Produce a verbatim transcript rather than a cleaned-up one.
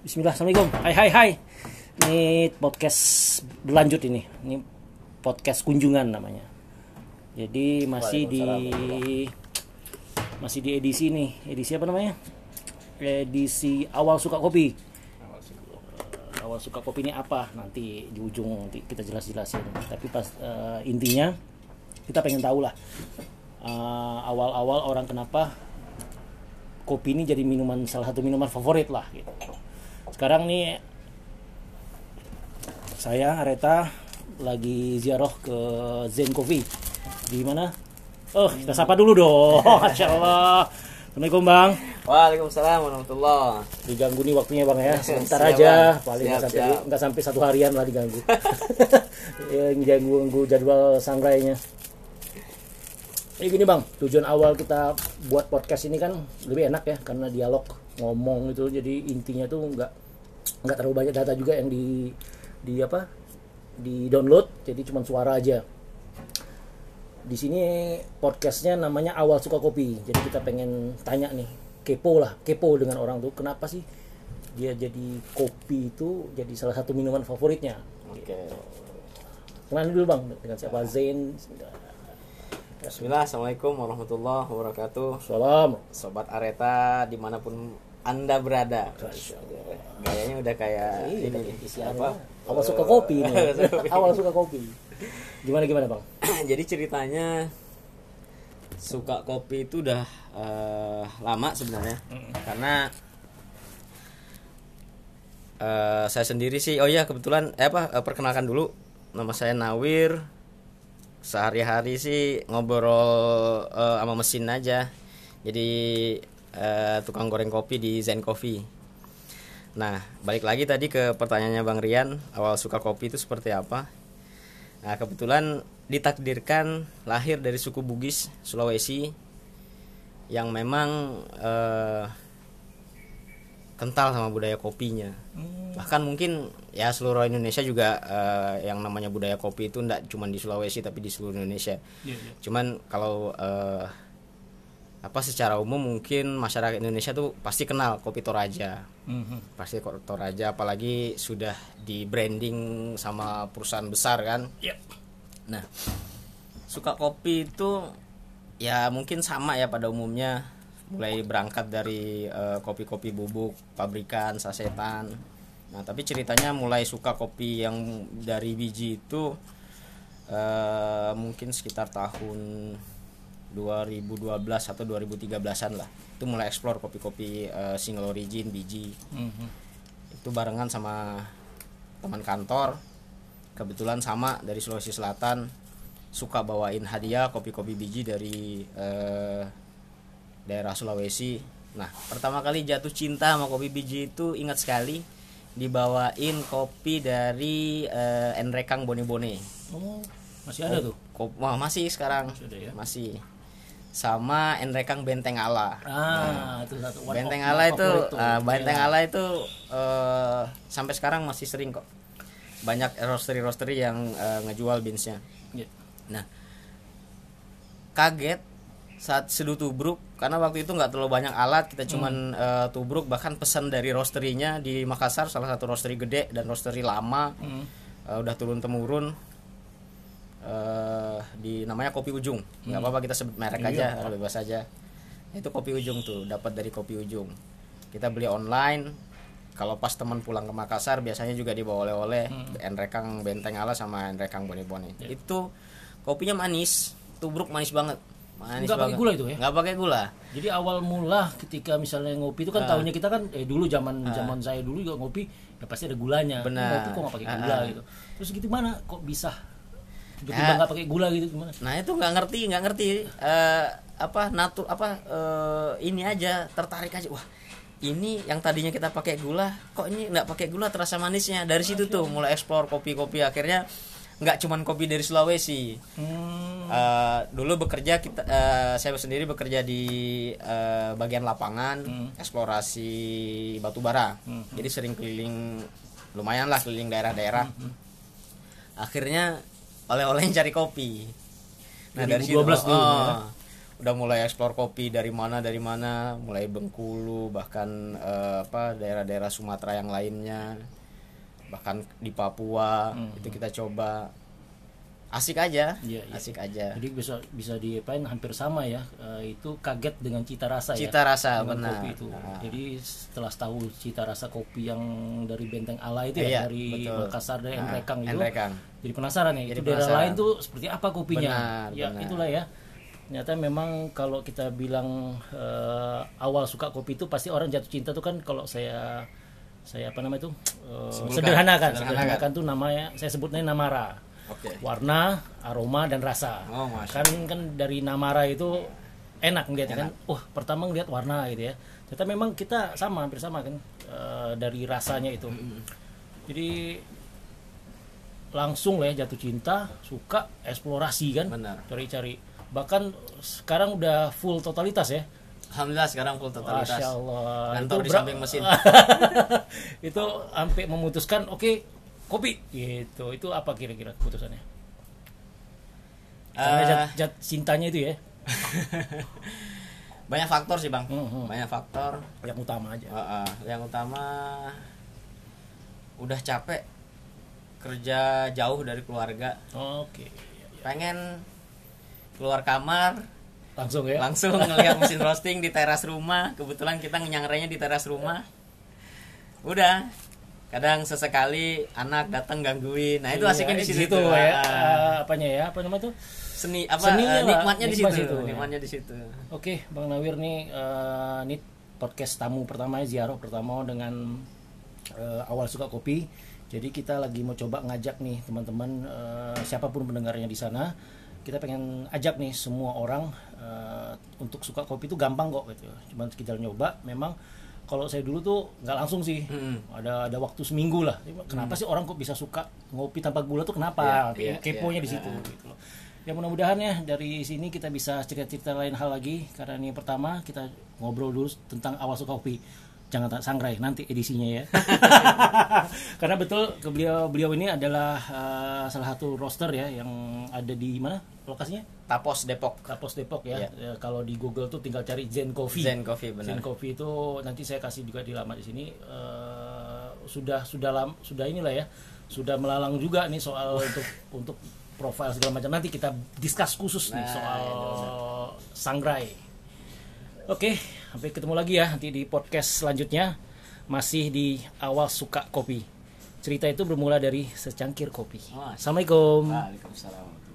Bismillah, assalamualaikum. Hai hai hai. Ini podcast berlanjut ini. Ini podcast kunjungan namanya. Jadi masih di masih di edisi nih. Edisi apa namanya? Edisi awal suka kopi. Awal suka kopi ini apa? Nanti di ujung nanti kita jelas-jelasin. Tapi pas uh, intinya kita pengen tahu lah. Uh, awal-awal orang kenapa kopi ini jadi minuman, salah satu minuman favorit lah gitu. Sekarang nih saya Areta lagi ziarah ke Zen Coffee. Di mana? Oh, kita sapa dulu dong. Masya Allah. Assalamualaikum Bang. Waalaikumsalam warahmatullah. Diganggu nih waktunya Bang ya. Sebentar Siap, aja, Bang. paling Siap, nggak sampai siap. nggak sampai satu harian lah diganggu. Ya, ganggu-ganggu jadwal sangrainya. Ini gini Bang, tujuan awal kita buat podcast ini kan lebih enak ya, karena dialog ngomong itu, jadi intinya tuh nggak nggak terlalu banyak data juga yang di di apa di download, jadi cuma suara aja. Di sini podcastnya namanya Awal Suka Kopi, jadi kita pengen tanya nih, kepo lah, kepo dengan orang tuh kenapa sih dia jadi kopi itu jadi salah satu minuman favoritnya. Oke. Kenalin dulu Bang dengan siapa? Zain. Bismillah, assalamualaikum warahmatullahi wabarakatuh. Salam. Sobat Areta dimanapun anda berada. Gayanya udah kayak Iya, ini isi apa? Awal suka kopi nih. Awal suka kopi. Gimana gimana Bang? Jadi ceritanya suka kopi itu udah eh, lama sebenarnya. Karena eh, saya sendiri sih, oh iya kebetulan eh, apa eh, perkenalkan dulu, nama saya Nawir. Sehari-hari sih ngobrol uh, sama mesin aja. Jadi uh, tukang goreng kopi di Zen Coffee. Nah, balik lagi tadi ke pertanyaannya Bang Rian, awal suka kopi itu seperti apa? Nah, kebetulan ditakdirkan lahir dari suku Bugis, Sulawesi, yang memang uh, kental sama budaya kopinya. Hmm. Bahkan mungkin ya seluruh Indonesia juga uh, yang namanya budaya kopi itu enggak cuma di Sulawesi tapi di seluruh Indonesia. Yeah, yeah. Cuman kalau uh, apa secara umum mungkin masyarakat Indonesia tuh pasti kenal kopi Toraja. Mm-hmm. Pasti kopi Toraja, apalagi sudah di branding sama perusahaan besar kan. Yeah. Nah, suka kopi itu ya mungkin sama ya pada umumnya, mulai berangkat dari uh, kopi-kopi bubuk, pabrikan, sasetan. Nah, tapi ceritanya mulai suka kopi yang dari biji itu uh, mungkin sekitar tahun dua ribu dua belas atau dua ribu tiga belasan lah. Itu mulai explore kopi-kopi uh, single origin biji. Mm-hmm. Itu barengan sama teman kantor. Kebetulan sama dari Sulawesi Selatan, suka bawain hadiah kopi-kopi biji dari uh, daerah Sulawesi. Nah, pertama kali jatuh cinta sama kopi biji itu ingat sekali dibawain kopi dari uh, Enrekang Bone-Bone. Oh, masih ada tuh? Kopi, wah, masih sekarang. Masih, ada, ya? Masih. Sama Enrekang Benteng Ala. Ah, nah, itu satu. Benteng Ala itu, uh, Benteng Ala itu uh, sampai sekarang masih sering kok. Banyak roastery-roastery yang uh, ngejual beansnya. Yeah. Nah, kaget saat seduh tubruk, karena waktu itu nggak terlalu banyak alat, kita cuman hmm. uh, tubruk, bahkan pesan dari roasterinya di Makassar, salah satu roastery gede dan roastery lama, hmm. uh, udah turun temurun, uh, di namanya Kopi Ujung, nggak hmm. apa-apa kita sebut merek aja, iya. Bebas aja. Itu Kopi Ujung tuh, dapat dari Kopi Ujung. Kita beli online. Kalau pas teman pulang ke Makassar biasanya juga dibawa oleh-oleh, hmm. Enrekang Benteng Ala sama Enrekang Bone-Bone. Yeah. Itu kopinya manis, tubruk manis banget. Manis nggak pakai gula itu ya? Nggak pakai gula. Jadi awal mula ketika misalnya ngopi itu kan uh. tahunya kita kan eh dulu zaman uh. zaman saya dulu juga ngopi ya pasti ada gulanya. Benar. Ngopi kok nggak pakai gula uh. gitu. Terus gitu mana kok bisa tiba-tiba nggak uh. pakai gula gitu gimana? Nah itu nggak ngerti nggak ngerti uh, apa natur apa uh, ini aja tertarik aja, wah ini yang tadinya kita pakai gula kok ini nggak pakai gula terasa manisnya. Dari situ tuh mulai explore kopi-kopi, akhirnya nggak cuman kopi dari Sulawesi. Hmm. Uh, dulu bekerja kita, uh, saya sendiri bekerja di uh, bagian lapangan, hmm. eksplorasi batu bara. Hmm. Jadi sering keliling, lumayan lah keliling daerah-daerah. Hmm. Akhirnya oleh-oleh cari kopi. Nah dari situ, oh, ya? udah mulai eksplor kopi dari mana dari mana, mulai Bengkulu, bahkan eh, apa daerah-daerah Sumatera yang lainnya, bahkan di Papua. hmm. Itu kita coba, asik aja, Iya, iya. asik aja. Jadi bisa bisa diapain hampir sama ya. Eh, itu kaget dengan cita rasa ya. Cita rasa, dengan benar. kopi itu. Nah. Jadi setelah tahu cita rasa kopi yang dari Benteng Ala itu ya, Iya, dari betul. Makassar dan Nah, Enrekang itu. Enrekang. Jadi penasaran ya, Jadi itu daerah penasaran. lain tuh seperti apa kopinya. Benar, ya benar. itulah ya. Ternyata memang kalau kita bilang eh, awal suka kopi itu pasti orang jatuh cinta tuh kan, kalau saya saya apa namanya itu eh, Sebutkan. sederhanakan, Sederhanakan. sederhanakan tuh namanya, saya sebutnya namara. Oke. Warna, aroma, dan rasa. Oh, Masya kan kan dari namara itu enak ngeliatnya kan. Enak. Wah, pertama ngeliat warna gitu ya. Ternyata memang kita sama, hampir sama kan eh, dari rasanya itu. Jadi langsung lah ya jatuh cinta, suka, eksplorasi kan, Benar. cari-cari. Bahkan sekarang udah full totalitas ya. Alhamdulillah sekarang full totalitas. Masya Allah. Kantor di bra- samping mesin. itu sampai memutuskan oke kopi gitu. Itu apa kira-kira keputusannya? Karena Eh, jat, jat cintanya itu ya. banyak faktor sih bang, Hmm, hmm. banyak faktor. Yang utama aja. Uh, uh, yang utama udah capek kerja jauh dari keluarga, Oke. pengen keluar kamar Langsung ya. langsung ngelihat mesin roasting di teras rumah. Kebetulan kita nyangrainya di teras rumah. Udah, kadang sesekali anak datang gangguin. Nah itu Iya, asiknya di di situ situ tuh. ya. Ah, Eh, apanya ya? Apa namanya tuh? seni apa Seninya eh, lah, nikmatnya di nikmat situ, situ, ya. nikmatnya di situ. Oke, Bang Nawir nih eh, ini podcast tamu pertama, ziarah pertama dengan eh, awal suka kopi. Jadi kita lagi mau coba ngajak nih teman-teman eh, siapapun pendengarnya di sana. Kita pengen ajak nih semua orang eh, untuk suka kopi itu gampang kok gitu. Cuman sekedar nyoba. Memang kalau saya dulu tuh nggak langsung sih. Mm-mm. Ada ada waktu seminggu lah. Kenapa sih orang kok bisa suka ngopi tanpa gula tuh kenapa? Iya, iya, Keponya iya, di situ iya. gitu loh. Ya mudah-mudahan ya dari sini kita bisa cerita-cerita lain hal lagi, karena ini pertama kita ngobrol dulu tentang awal suka kopi. Jangan tak sangrai nanti edisinya ya. Karena betul ke beliau beliau ini adalah uh, salah satu roaster ya yang ada di mana lokasinya? Tapos Depok. Tapos Depok ya. Iya. Ya, kalau di Google tuh tinggal cari Zen Coffee. Zen Coffee, benar. Zen Coffee itu nanti saya kasih juga di alamat di sini. Uh, sudah sudah lam, sudah inilah ya. Sudah melalang juga nih soal untuk untuk profil segala macam. Nanti kita discuss khusus nih Nah, soal itu sangrai. Oke, sampai ketemu lagi ya nanti di podcast selanjutnya. Masih di awal suka kopi. Cerita itu bermula dari secangkir kopi. Oh, Assalamualaikum. Waalaikumsalam.